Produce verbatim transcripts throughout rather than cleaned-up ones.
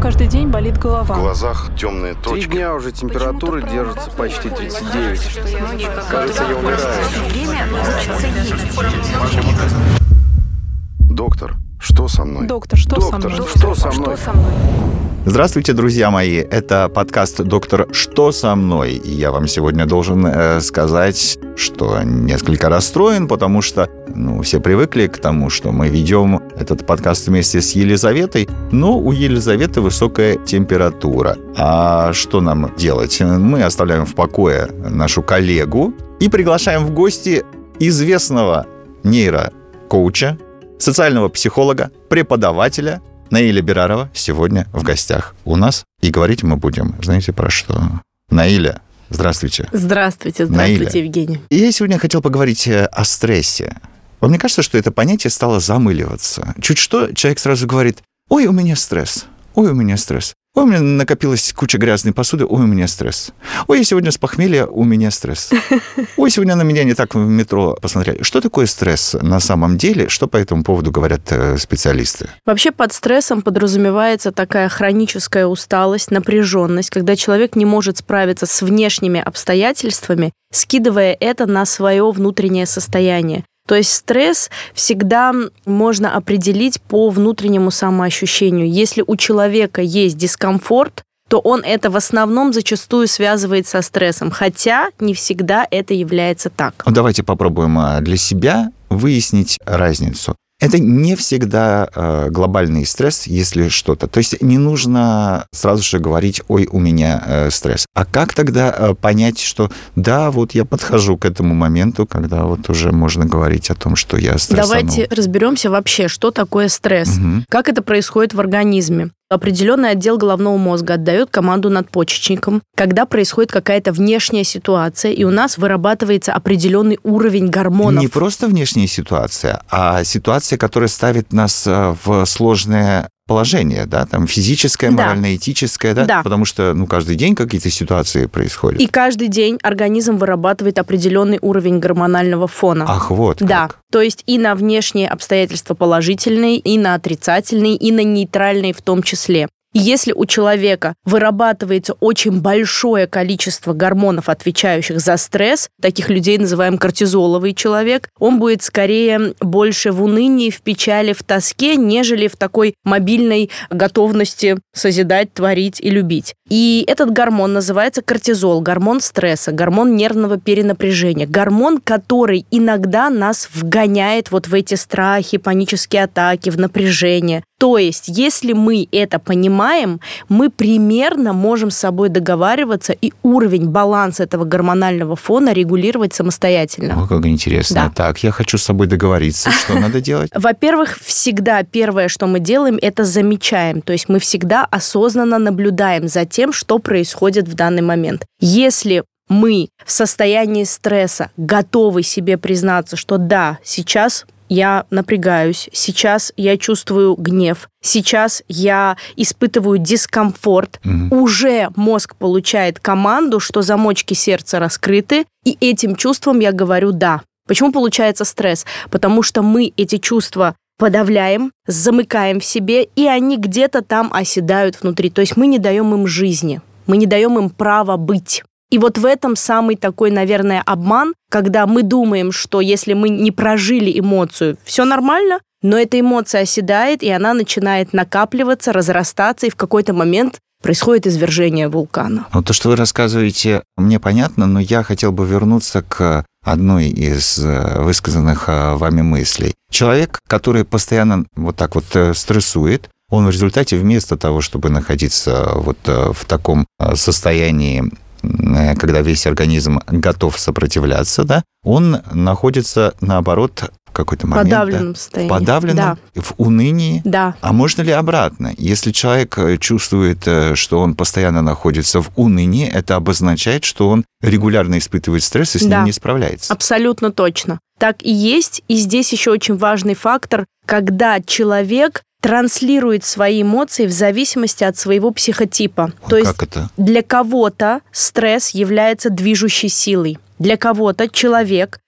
каждый день болит голова. В глазах темные точки. Три дня уже температура держится почти тридцать девять. Кажется, я умираю. Доктор, что со мной? Доктор, что Доктор, со мной? что со мной? Здравствуйте, друзья мои. Это подкаст «Доктор, что со мной?». И я вам сегодня должен э, сказать, что несколько расстроен, потому что ну, все привыкли к тому, что мы ведем этот подкаст вместе с Елизаветой, но у Елизаветы высокая температура. А что нам делать? Мы оставляем в покое нашу коллегу и приглашаем в гости известного нейрокоуча, социального психолога, преподавателя Наиля Берарова сегодня в гостях у нас. И говорить мы будем, знаете, про что? Наиля, здравствуйте. Здравствуйте, здравствуйте, Наиля. Евгений. И я сегодня хотел поговорить о стрессе. Вам не кажется, что это понятие стало замыливаться? Чуть что, человек сразу говорит: ой, у меня стресс, ой, у меня стресс. Ой, у меня накопилась куча грязной посуды, ой, у меня стресс. Ой, я сегодня с похмелья, у меня стресс. Ой, сегодня на меня не так в метро посмотрели. Что такое стресс на самом деле? Что по этому поводу говорят специалисты? Вообще под стрессом подразумевается такая хроническая усталость, напряженность, когда человек не может справиться с внешними обстоятельствами, скидывая это на свое внутреннее состояние. То есть стресс всегда можно определить по внутреннему самоощущению. Если у человека есть дискомфорт, то он это в основном зачастую связывает со стрессом, хотя не всегда это является так. Давайте попробуем для себя выяснить разницу. Это не всегда э, глобальный стресс, если что-то. То есть не нужно сразу же говорить: ой, у меня э, стресс. А как тогда э, понять, что да, вот я подхожу к этому моменту, когда вот уже можно говорить о том, что я стрессанул? Давайте разберемся вообще, что такое стресс, угу. Как это происходит в организме. Определенный отдел головного мозга отдает команду надпочечникам, когда происходит какая-то внешняя ситуация, и у нас вырабатывается определенный уровень гормонов. Не просто внешняя ситуация, а ситуация, которая ставит нас в сложное положение, да, там физическое, Да. морально-этическое, да? Да. Потому что, ну, каждый день какие-то ситуации происходят. И каждый день организм вырабатывает определенный уровень гормонального фона. Ах, вот как. Да, то есть и на внешние обстоятельства положительные, и на отрицательные, и на нейтральные в том числе. И если у человека вырабатывается очень большое количество гормонов, отвечающих за стресс, таких людей называем кортизоловый человек, он будет скорее больше в унынии, в печали, в тоске, нежели в такой мобильной готовности созидать, творить и любить. И этот гормон называется кортизол, гормон стресса, гормон нервного перенапряжения, гормон, который иногда нас вгоняет вот в эти страхи, панические атаки, в напряжение. То есть, если мы это понимаем, мы примерно можем с собой договариваться и уровень баланса этого гормонального фона регулировать самостоятельно. О, как интересно. Да. Так, я хочу с собой договориться. Что надо делать? Во-первых, всегда первое, что мы делаем, это замечаем. То есть мы всегда осознанно наблюдаем за тем, что происходит в данный момент. Если мы в состоянии стресса готовы себе признаться, что да, сейчас я напрягаюсь, сейчас я чувствую гнев, сейчас я испытываю дискомфорт, Угу. уже мозг получает команду, что замочки сердца раскрыты, и этим чувством я говорю «да». Почему получается стресс? Потому что мы эти чувства подавляем, замыкаем в себе, и они где-то там оседают внутри. То есть мы не даем им жизни, мы не даем им права быть. И вот в этом самый такой, наверное, обман, когда мы думаем, что если мы не прожили эмоцию, все нормально, но эта эмоция оседает, и она начинает накапливаться, разрастаться, и в какой-то момент происходит извержение вулкана. Ну, то, что вы рассказываете, мне понятно, но я хотел бы вернуться к одной из высказанных вами мыслей. Человек, который постоянно вот так вот стрессует, он в результате вместо того, чтобы находиться вот в таком состоянии, когда весь организм готов сопротивляться, да, он находится, наоборот, в какой-то момент... Подавленном да, состоянии. В подавленном, Да. в унынии. Да. А можно ли обратно? Если человек чувствует, что он постоянно находится в унынии, это обозначает, что он регулярно испытывает стресс и с Да. ним не справляется. Абсолютно точно. Так и есть. И здесь еще очень важный фактор, когда человек транслирует свои эмоции в зависимости от своего психотипа. О, То как есть это? для кого-то стресс является движущей силой. Для кого-то человек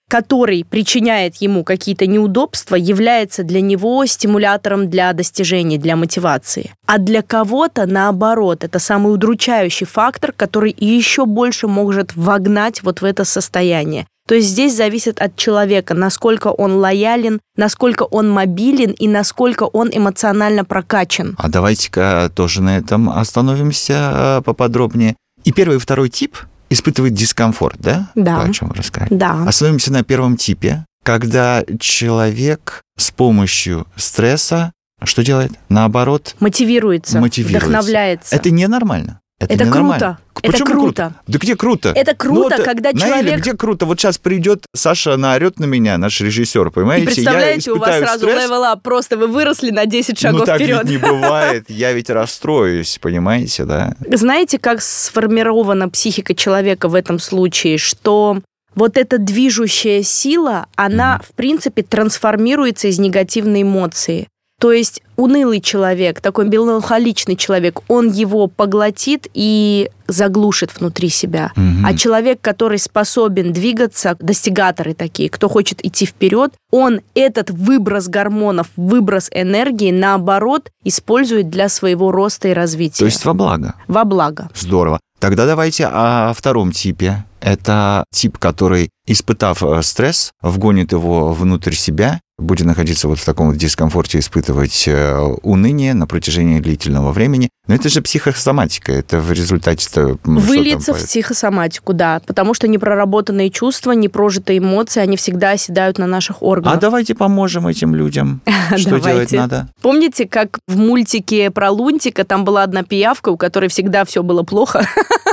который причиняет ему какие-то неудобства, является для него стимулятором для достижений, для мотивации. А для кого-то, наоборот, это самый удручающий фактор, который еще больше может вогнать вот в это состояние. То есть здесь зависит от человека, насколько он лоялен, насколько он мобилен и насколько он эмоционально прокачан. А давайте-ка тоже на этом остановимся поподробнее. И первый и второй тип испытывает дискомфорт, да? Да. То, о чем вы рассказали. Да. Остановимся на первом типе, когда человек с помощью стресса что делает? Наоборот, мотивируется, мотивируется. Вдохновляется. Это ненормально. Это, это ненормально. круто. Почему это круто. круто? Да где круто? Это круто, ну, когда Наиля, человек... где круто? Вот сейчас придет Саша, наорет на меня, наш режиссер, понимаете? И представляете, я у вас сразу стресс. level up, просто вы выросли на десять шагов ну, так вперед. ведь не бывает, я ведь расстроюсь, понимаете, да? Знаете, как сформирована психика человека в этом случае, что вот эта движущая сила, она, mm-hmm. в принципе, трансформируется из негативной эмоции. То есть унылый человек, такой меланхоличный человек, он его поглотит и заглушит внутри себя. Mm-hmm. А человек, который способен двигаться, достигаторы такие, кто хочет идти вперед, он этот выброс гормонов, выброс энергии, наоборот, использует для своего роста и развития. То есть во благо. Во благо. Здорово. Тогда давайте о втором типе. Это тип, который, испытав стресс, вгонит его внутрь себя, будет находиться вот в таком вот дискомфорте, испытывать уныние на протяжении длительного времени. Но это же психосоматика, это в результате-то... Выльется в психосоматику, да, потому что непроработанные чувства, непрожитые эмоции, они всегда оседают на наших органах. А давайте поможем этим людям. Что делать надо? Помните, как в мультике про Лунтика там была одна пиявка, у которой всегда все было плохо?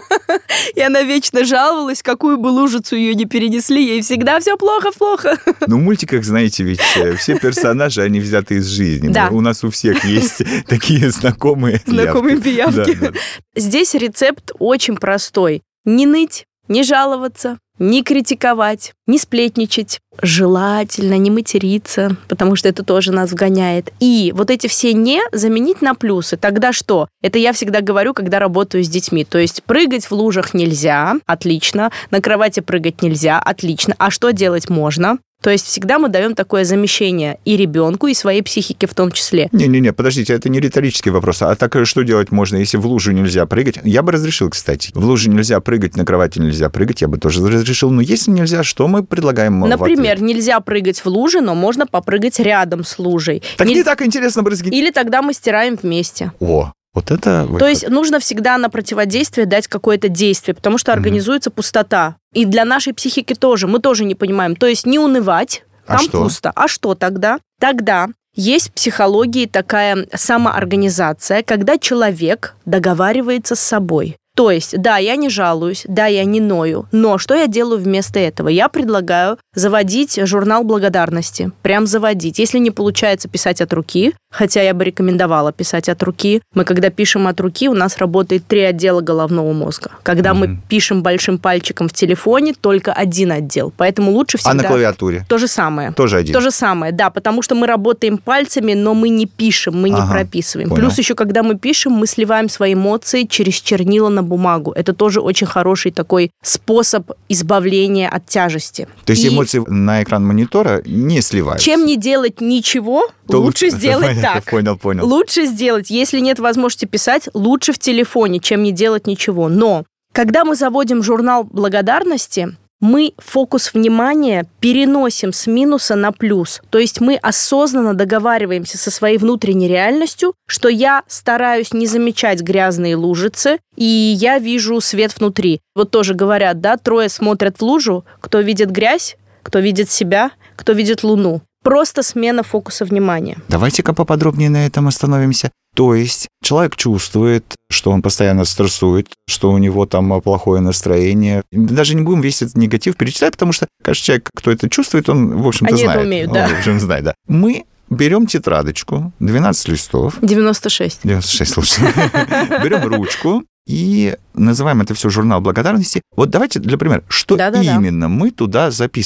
И она вечно жаловалась, какую бы лужицу ее не перенесли, ей всегда все плохо-плохо. Ну, в мультиках, знаете, ведь все персонажи, они взяты из жизни. Да. У нас у всех есть такие знакомые пиявки. Знакомые пиявки. Да, да. Здесь рецепт очень простой. Не ныть, не жаловаться, не критиковать, не сплетничать, желательно не материться, потому что это тоже нас вгоняет. И вот эти все «не» заменить на плюсы. Тогда что? Это я всегда говорю, когда работаю с детьми. То есть прыгать в лужах нельзя, отлично. На кровати прыгать нельзя, отлично. А что делать можно? То есть всегда мы даем такое замещение и ребенку, и своей психике в том числе. Не-не-не, подождите, это не риторический вопрос. А так что делать можно, если в лужу нельзя прыгать? Я бы разрешил, кстати. В луже нельзя прыгать, на кровати нельзя прыгать, я бы тоже разрешил. Но если нельзя, что мы предлагаем? Например, нельзя прыгать в луже, но можно попрыгать рядом с лужей. Так не, не так интересно брызги. Или тогда мы стираем вместе. О, вот это... То есть нужно всегда на противодействие дать какое-то действие, потому что организуется mm-hmm. пустота. И для нашей психики тоже. Мы тоже не понимаем. То есть не унывать, там а что? пусто. А что тогда? Тогда есть в психологии такая самоорганизация, когда человек договаривается с собой. То есть, да, я не жалуюсь, да, я не ною, но что я делаю вместо этого? Я предлагаю заводить журнал благодарности, прям заводить. Если не получается писать от руки, хотя я бы рекомендовала писать от руки, мы когда пишем от руки, у нас работает три отдела головного мозга. Когда mm-hmm. мы пишем большим пальчиком в телефоне, только один отдел, поэтому лучше всегда... А на клавиатуре? То же самое. Тоже один? То же самое, да, потому что мы работаем пальцами, но мы не пишем, мы ага, не прописываем. понял. Плюс еще, когда мы пишем, мы сливаем свои эмоции через чернила на бумагу. Это тоже очень хороший такой способ избавления от тяжести. То есть И эмоции на экран монитора не сливаются? Чем не делать ничего, То лучше лучше сделать так. Понял, понял. Лучше сделать, если нет возможности писать, лучше в телефоне, чем не делать ничего. Но когда мы заводим журнал благодарности, мы фокус внимания переносим с минуса на плюс. То есть мы осознанно договариваемся со своей внутренней реальностью, что я стараюсь не замечать грязные лужицы, и я вижу свет внутри. Вот тоже говорят, да, трое смотрят в лужу, кто видит грязь, кто видит себя, кто видит луну. Просто смена фокуса внимания. Давайте-ка поподробнее на этом остановимся. То есть человек чувствует, что он постоянно стрессует, что у него там плохое настроение. Даже не будем весь этот негатив перечислять, потому что каждый человек, кто это чувствует, он, в общем-то, Они знает. это умеют, он, да. В общем, знает, да. Мы берем тетрадочку, двенадцать листов. девяносто шесть. девяносто шесть, лучше. Берем ручку и называем это все журнал благодарности. Вот давайте, для примера, что Да-да-да. именно мы туда записываем?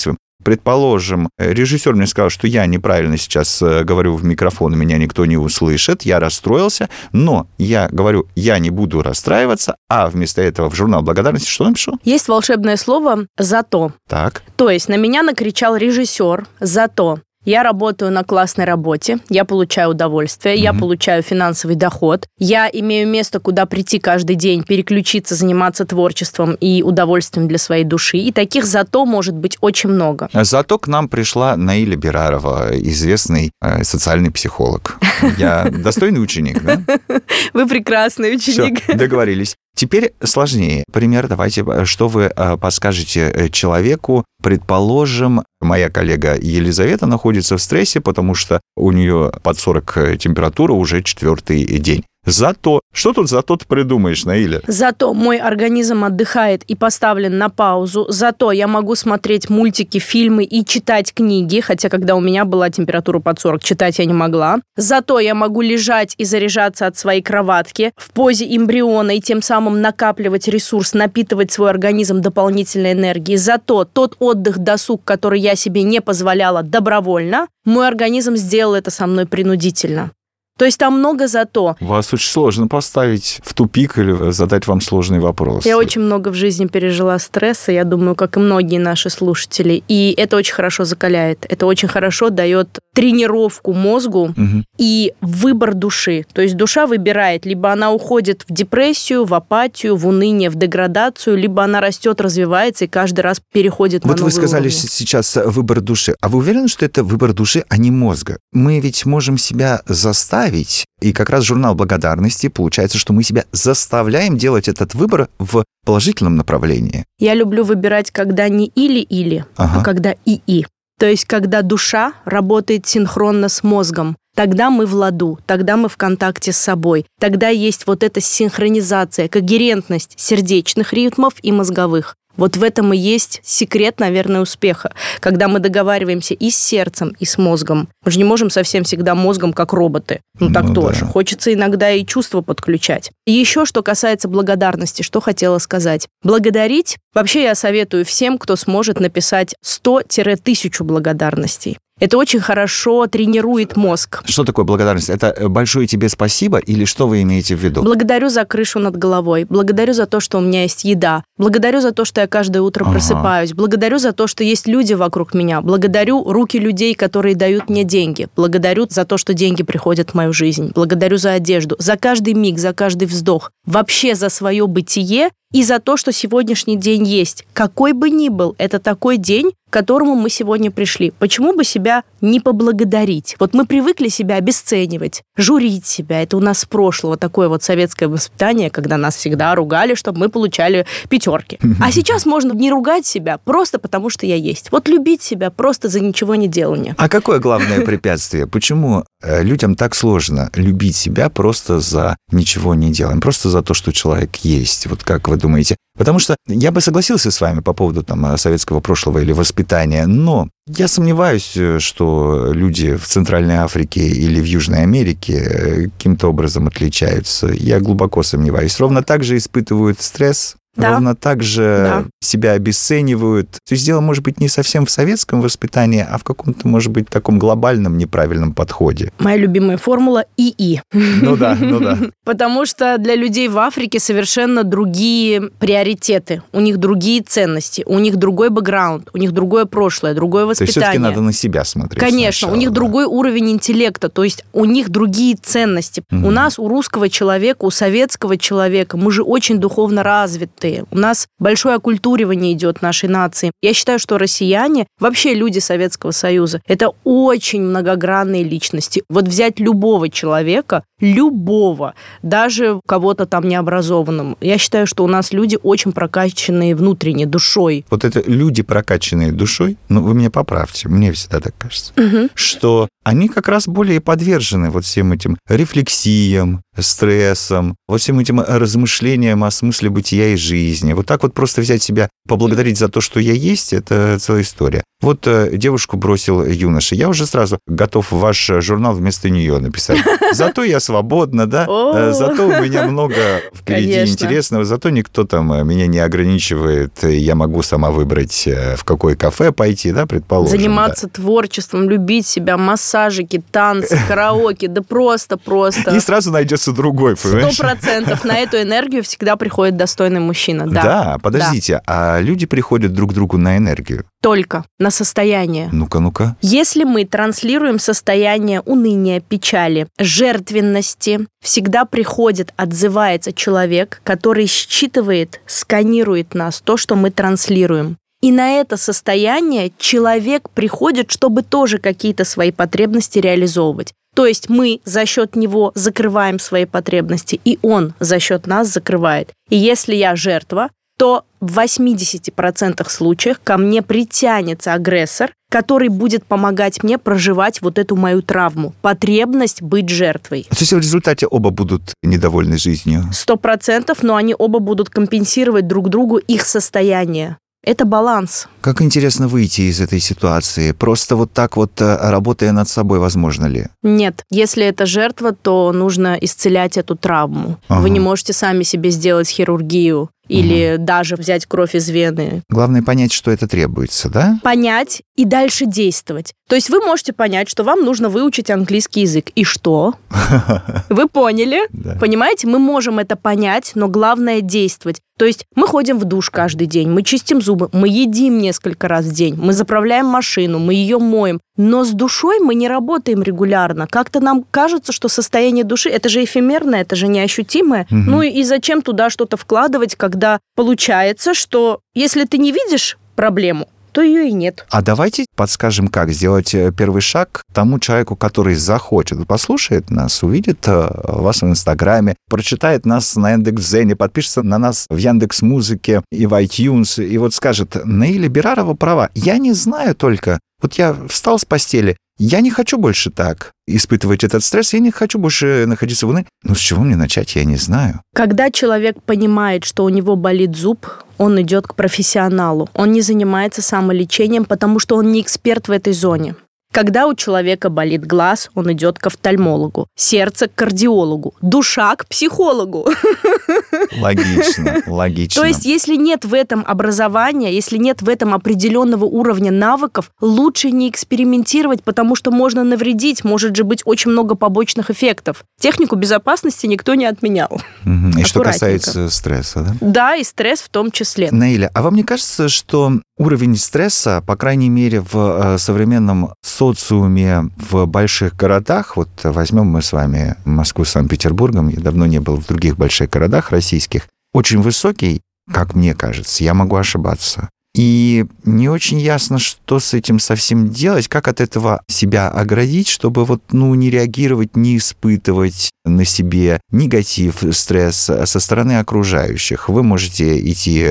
предположим, режиссер мне сказал, что я неправильно сейчас говорю в микрофон, и меня никто не услышит, я расстроился, но я говорю, я не буду расстраиваться, а вместо этого в журнал благодарности что напишу? Есть волшебное слово «зато». Так. То есть на меня накричал режиссер «зато». Я работаю на классной работе, я получаю удовольствие, mm-hmm. я получаю финансовый доход, я имею место, куда прийти каждый день, переключиться, заниматься творчеством и удовольствием для своей души. И таких «зато» может быть очень много. Зато к нам пришла Наиля Берарова, известный э, социальный психолог. Я достойный ученик, да? Вы прекрасный ученик. Все, договорились. Теперь сложнее. Пример, давайте, что вы подскажете человеку. Предположим, моя коллега Елизавета находится в стрессе, потому что у нее под сорок температура уже четвертый день. Зато, что тут зато ты придумаешь, Наиля? Зато мой организм отдыхает и поставлен на паузу. Зато я могу смотреть мультики, фильмы и читать книги, хотя когда у меня была температура под сорок, читать я не могла. Зато я могу лежать и заряжаться от своей кроватки в позе эмбриона и тем самым накапливать ресурс, напитывать свой организм дополнительной энергией. Зато тот отдых, досуг, который я себе не позволяла добровольно, мой организм сделал это со мной принудительно. То есть там много «зато». Вас очень сложно поставить в тупик или задать вам сложный вопрос. Я очень много в жизни пережила стресса, я думаю, как и многие наши слушатели. И это очень хорошо закаляет. Это очень хорошо дает тренировку мозгу угу. и выбор души. То есть душа выбирает, либо она уходит в депрессию, в апатию, в уныние, в деградацию, либо она растет, развивается и каждый раз переходит на вот новый вы сказали уровень. Сейчас выбор души. А вы уверены, что это выбор души, а не мозга? Мы ведь можем себя заставить. И как раз журнал благодарности, получается, что мы себя заставляем делать этот выбор в положительном направлении. Я люблю выбирать, когда не или-или, ага. а когда и-и. То есть, когда душа работает синхронно с мозгом. Тогда мы в ладу, тогда мы в контакте с собой. Тогда есть вот эта синхронизация, когерентность сердечных ритмов и мозговых. Вот в этом и есть секрет, наверное, успеха. Когда мы договариваемся и с сердцем, и с мозгом. Мы же не можем совсем всегда мозгом, как роботы. Ну, так ну, тоже. Да. Хочется иногда и чувства подключать. И еще, что касается благодарности, что хотела сказать. Благодарить, вообще я советую всем, кто сможет написать сто-тысячу благодарностей. Это очень хорошо тренирует мозг. Что такое благодарность? Это большое тебе спасибо или что вы имеете в виду? Благодарю за крышу над головой. Благодарю за то, что у меня есть еда. Благодарю за то, что я каждое утро ага. просыпаюсь. Благодарю за то, что есть люди вокруг меня. Благодарю руки людей, которые дают мне деньги. Благодарю за то, что деньги приходят в мою жизнь. Благодарю за одежду, за каждый миг, за каждый вздох. Вообще за свое бытие и за то, что сегодняшний день есть. Какой бы ни был, это такой день, к которому мы сегодня пришли. Почему бы себя не поблагодарить? Вот мы привыкли себя обесценивать, журить себя. Это у нас с прошлого такое вот советское воспитание, когда нас всегда ругали, чтобы мы получали пятерки. А сейчас можно не ругать себя просто потому, что я есть. Вот любить себя просто за ничего не делания. А какое главное препятствие? Почему людям так сложно любить себя просто за ничего не делаем? Просто за то, что человек есть. Вот как вы думаете? Потому что я бы согласился с вами по поводу там, советского прошлого или воспитания, но я сомневаюсь, что люди в Центральной Африке или в Южной Америке каким-то образом отличаются. Я глубоко сомневаюсь. Ровно так же испытывают стресс, да. ровно так же да. себя обесценивают. То есть дело может быть не совсем в советском воспитании, а в каком-то, может быть, таком глобальном неправильном подходе. Моя любимая формула ИИ. Ну да, ну да. Потому что для людей в Африке совершенно другие приоритеты, у них другие ценности, у них другой бэкграунд, у них другое прошлое, другое воспитание. То есть все-таки надо на себя смотреть. Конечно, сначала, у них да. другой уровень интеллекта, то есть у них другие ценности. Угу. У нас, у русского человека, у советского человека, мы же очень духовно развиты. У нас большое оккультуривание идет нашей нации. Я считаю, что россияне, вообще люди Советского Союза, это очень многогранные личности. Вот взять любого человека, любого, даже кого-то там необразованным, я считаю, что у нас люди очень прокачанные внутренне, душой. Вот это люди, прокачанные душой, ну, вы меня поправьте, мне всегда так кажется, угу. что они как раз более подвержены вот всем этим рефлексиям, стрессам, вот всем этим размышлениям о смысле бытия и жизни. Вот так вот просто взять себя, поблагодарить за то, что я есть, это целая история. Вот э, девушку бросил юноша. Я уже сразу готов в ваш журнал вместо нее написать. Зато я свободно, да? О. Зато у меня много впереди Конечно. интересного, зато никто там меня не ограничивает, я могу сама выбрать, в какое кафе пойти, да, предположим. Заниматься да. творчеством, любить себя, массажики, танцы, караоке, да просто-просто. И сразу найдется другой, понимаешь? Сто процентов на эту энергию всегда приходит достойный мужчина, да. Да, подождите, а люди приходят друг к другу на энергию? Только на состояние. Ну-ка, ну-ка. Если мы транслируем состояние уныния, печали, жертвенности, всегда приходит, отзывается человек, который считывает, сканирует нас, то, что мы транслируем. И на это состояние человек приходит, чтобы тоже какие-то свои потребности реализовывать. То есть мы за счет него закрываем свои потребности, и он за счет нас закрывает. И если я жертва, то в восемьдесят процентов случаев ко мне притянется агрессор, который будет помогать мне проживать вот эту мою травму, потребность быть жертвой. То есть в результате оба будут недовольны жизнью? Сто процентов, но они оба будут компенсировать друг другу их состояние. Это баланс. Как интересно выйти из этой ситуации? Просто вот так вот, работая над собой, возможно ли? Нет. Если это жертва, то нужно исцелять эту травму. Ага. Вы не можете сами себе сделать хирургию или угу. даже взять кровь из вены. Главное понять, что это требуется, да? Понять и дальше действовать. То есть вы можете понять, что вам нужно выучить английский язык. И что? Вы поняли? Да. Понимаете? Мы можем это понять, но главное действовать. То есть мы ходим в душ каждый день, мы чистим зубы, мы едим несколько раз в день, мы заправляем машину, мы ее моем. Но с душой мы не работаем регулярно. Как-то нам кажется, что состояние души, это же эфемерное, это же неощутимое. Угу. Ну и зачем туда что-то вкладывать, когда получается, что если ты не видишь проблему, то ее и нет. А давайте подскажем, как сделать первый шаг тому человеку, который захочет, послушает нас, увидит вас в Инстаграме, прочитает нас на Яндекс.Дзене, подпишется на нас в Яндекс.Музыке и в iTunes, и вот скажет: Наиля Берарова права, я не знаю только, вот я встал с постели, я не хочу больше так испытывать этот стресс, я не хочу больше находиться в унынии. Ну, с чего мне начать, я не знаю. Когда человек понимает, что у него болит зуб, он идет к профессионалу. Он не занимается самолечением, потому что он не эксперт в этой зоне. Когда у человека болит глаз, он идет к офтальмологу, сердце к кардиологу, душа к психологу. Логично, логично. То есть, если нет в этом образования, если нет в этом определенного уровня навыков, лучше не экспериментировать, потому что можно навредить, может же быть очень много побочных эффектов. Технику безопасности никто не отменял. Угу. И что касается стресса, да? Да, и стресс в том числе. Наиля, а вам не кажется, что уровень стресса, по крайней мере, в современном социуме в больших городах, вот возьмем мы с вами Москву с Санкт-Петербургом, я давно не был в других больших городах российских, очень высокий, как мне кажется, я могу ошибаться. И не очень ясно, что с этим совсем делать, как от этого себя оградить, чтобы вот, ну, не реагировать, не испытывать на себе негатив, стресс со стороны окружающих. Вы можете идти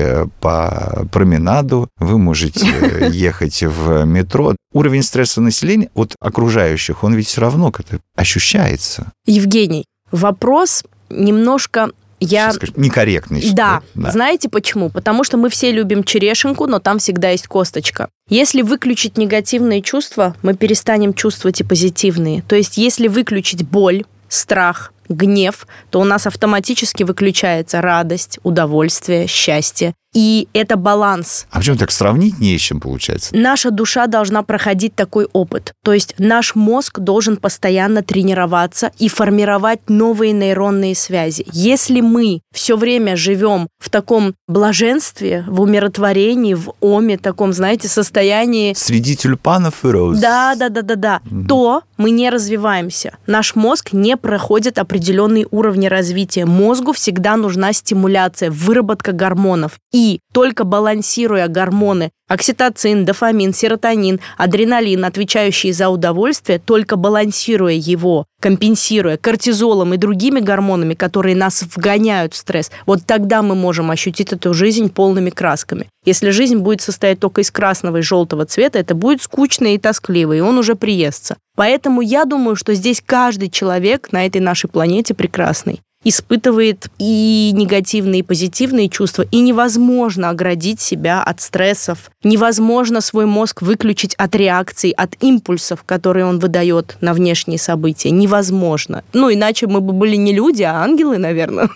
по променаду, вы можете ехать в метро. Уровень стресса населения от окружающих, он ведь все равно как-то ощущается. Евгений, вопрос немножко... Я... Некорректный. Да. да. Знаете почему? Потому что мы все любим черешенку, но там всегда есть косточка. Если выключить негативные чувства, мы перестанем чувствовать и позитивные. То есть если выключить боль, страх, гнев, то у нас автоматически выключается радость, удовольствие, счастье. И это баланс. А почему так сравнить не с чем получается? Наша душа должна проходить такой опыт. То есть наш мозг должен постоянно тренироваться и формировать новые нейронные связи. Если мы все время живем в таком блаженстве, в умиротворении, в оме, таком, знаете, состоянии... Среди тюльпанов и роз. Да, да, да, да, да. Mm-hmm. То мы не развиваемся. Наш мозг не проходит определенные уровни развития. Мозгу всегда нужна стимуляция, выработка гормонов. И только балансируя гормоны окситоцин, дофамин, серотонин, адреналин, отвечающие за удовольствие, только балансируя его, компенсируя кортизолом и другими гормонами, которые нас вгоняют в стресс, вот тогда мы можем ощутить эту жизнь полными красками. Если жизнь будет состоять только из красного и желтого цвета, это будет скучно и тоскливо, и он уже приестся. Поэтому я думаю, что здесь каждый человек на этой нашей планете прекрасный. испытывает и негативные, и позитивные чувства, и невозможно оградить себя от стрессов, невозможно свой мозг выключить от реакций, от импульсов, которые он выдает на внешние события. Невозможно. Ну, иначе мы бы были не люди, а ангелы, наверное.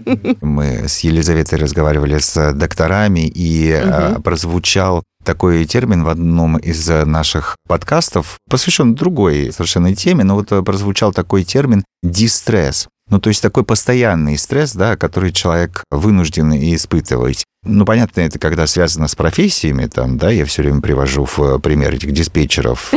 Мы с Елизаветой разговаривали с докторами, и угу. прозвучал такой термин в одном из наших подкастов, посвящен другой совершенно теме, но вот прозвучал такой термин «дистресс». Ну, то есть такой постоянный стресс, да, который человек вынужден испытывать. Ну, понятно, это когда связано с профессиями, там, да, я все время привожу в пример этих диспетчеров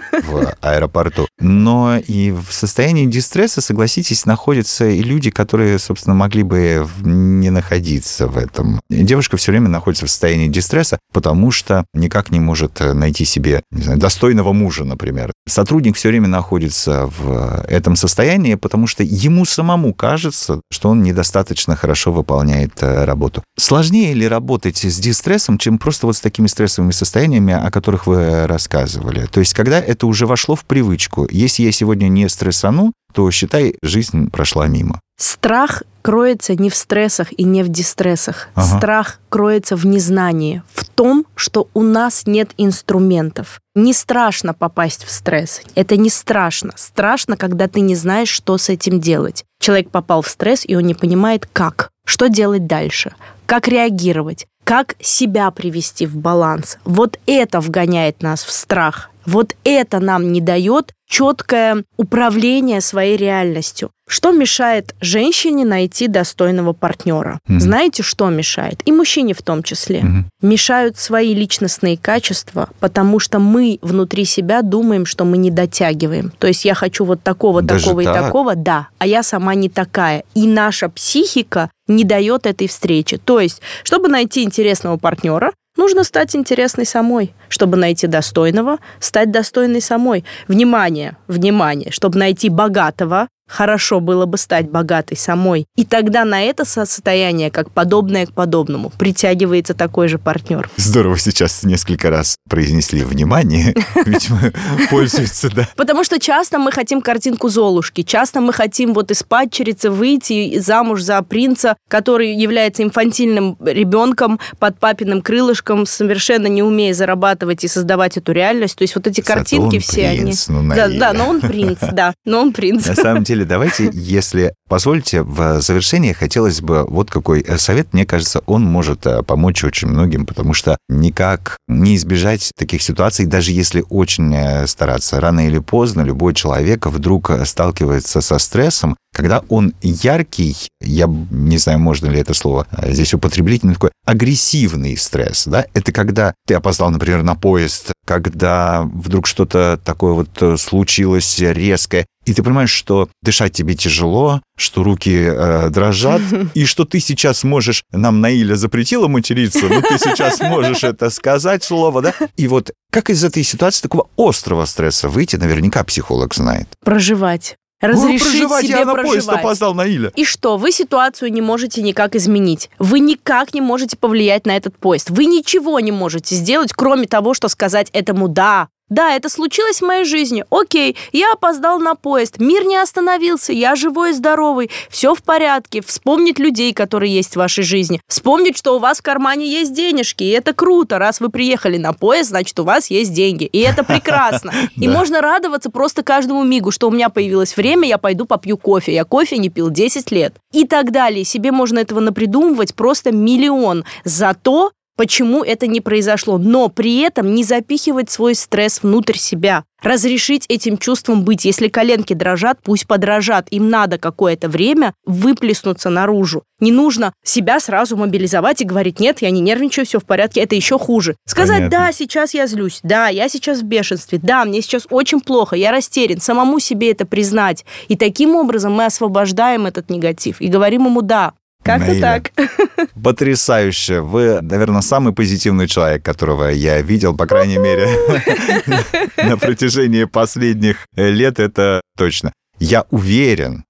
в аэропорту. Но и в состоянии дистресса, согласитесь, находятся и люди, которые, собственно, могли бы не находиться в этом. Девушка все время находится в состоянии дистресса, потому что никак не может найти себе, не знаю, достойного мужа, например. Сотрудник все время находится в этом состоянии, потому что ему самому кажется, что он недостаточно хорошо выполняет работу. Сложнее ли работать с дистрессом, чем просто вот с такими стрессовыми состояниями, о которых вы рассказывали? То есть, когда это уже вошло в привычку. Если я сегодня не стрессану, то, считай, жизнь прошла мимо. Страх кроется не в стрессах и не в дистрессах. Ага. Страх кроется в незнании, в том, что у нас нет инструментов. Не страшно попасть в стресс. Это не страшно. Страшно, когда ты не знаешь, что с этим делать. Человек попал в стресс, и он не понимает, как. Что делать дальше? Как реагировать? Как себя привести в баланс? Вот это вгоняет нас в страх. Вот это нам не дает четкое управление своей реальностью. Что мешает женщине найти достойного партнера? Mm-hmm. Знаете, что мешает? И мужчине в том числе. Mm-hmm. Мешают свои личностные качества, потому что мы внутри себя думаем, что мы не дотягиваем. То есть я хочу вот такого, Даже такого так? и такого, да, а я сама не такая. И наша психика не дает этой встречи. То есть, чтобы найти интересного партнера, нужно стать интересной самой. Чтобы найти достойного, стать достойной самой. Внимание, внимание, чтобы найти богатого, хорошо было бы стать богатой самой. И тогда на это состояние, как подобное к подобному, притягивается такой же партнер. Здорово сейчас несколько раз произнесли «внимание», видимо, пользуется, да. Потому что часто мы хотим картинку Золушки, часто мы хотим вот из падчерицы выйти замуж за принца, который является инфантильным ребенком под папиным крылышком, совершенно не умея зарабатывать и создавать эту реальность. То есть вот эти картинки он все принц, они... Ну, да, да, но он принц, да, но он принц. На самом деле, давайте, если позволите, в завершение хотелось бы вот какой совет. Мне кажется, он может помочь очень многим, потому что никак не избежать таких ситуаций, даже если очень стараться. Рано или поздно любой человек вдруг сталкивается со стрессом, когда он яркий, я не знаю, можно ли это слово здесь употреблить, но такой агрессивный стресс, да? Это когда ты опоздал, например, на поезд, когда вдруг что-то такое вот случилось резкое, и ты понимаешь, что дышать тебе тяжело, что руки э, дрожат, и что ты сейчас можешь... Нам Наиля запретила материться, но ты сейчас можешь это сказать слово, да? И вот как из этой ситуации такого острого стресса выйти, наверняка психолог знает. Проживать. Разрешить Ой, проживать, себе я на проживать. поезд опоздал, Наиля. И что? Вы ситуацию не можете никак изменить. Вы никак не можете повлиять на этот поезд. Вы ничего не можете сделать, кроме того, что сказать этому «да». Да, это случилось в моей жизни. Окей, я опоздал на поезд. Мир не остановился, я живой и здоровый. Все в порядке. Вспомнить людей, которые есть в вашей жизни. Вспомнить, что у вас в кармане есть денежки. И это круто. Раз вы приехали на поезд, значит, у вас есть деньги. И это прекрасно. И можно радоваться просто каждому мигу, что у меня появилось время, я пойду попью кофе. Я кофе не пил десять лет. И так далее. Себе можно этого напридумывать просто миллион. Зато почему это не произошло, но при этом не запихивать свой стресс внутрь себя. Разрешить этим чувствам быть. Если коленки дрожат, пусть подрожат. Им надо какое-то время выплеснуться наружу. Не нужно себя сразу мобилизовать и говорить: нет, я не нервничаю, все в порядке. Это еще хуже. Сказать: да, сейчас я злюсь, да, я сейчас в бешенстве, да, мне сейчас очень плохо, я растерян. Самому себе это признать. И таким образом мы освобождаем этот негатив и говорим ему: да. Как-то Наиля, так. Потрясающе. Вы, наверное, самый позитивный человек, которого я видел, по крайней мере, на протяжении последних лет, это точно. Я уверен,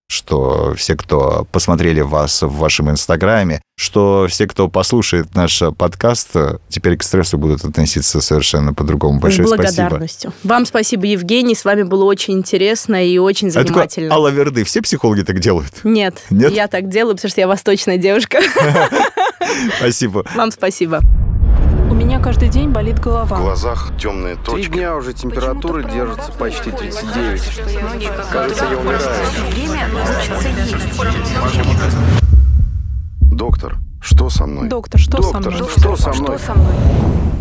что все, кто посмотрели вас в вашем инстаграме, что все, кто послушает наш подкаст, теперь к стрессу будут относиться совершенно по-другому. Большое С спасибо. благодарностью. Вам спасибо, Евгений. С вами было очень интересно и очень занимательно. Это Алла Верды. Все психологи так делают? Нет, Нет? Я так делаю, потому что я восточная девушка. Спасибо. Вам спасибо. У меня каждый день болит голова. В глазах темные Три точки. дня уже температура держится почти тридцать девять. Кажется, я умираю. Доктор, что со мной? Доктор, что со Доктор, мной? что со мной? Что со мной?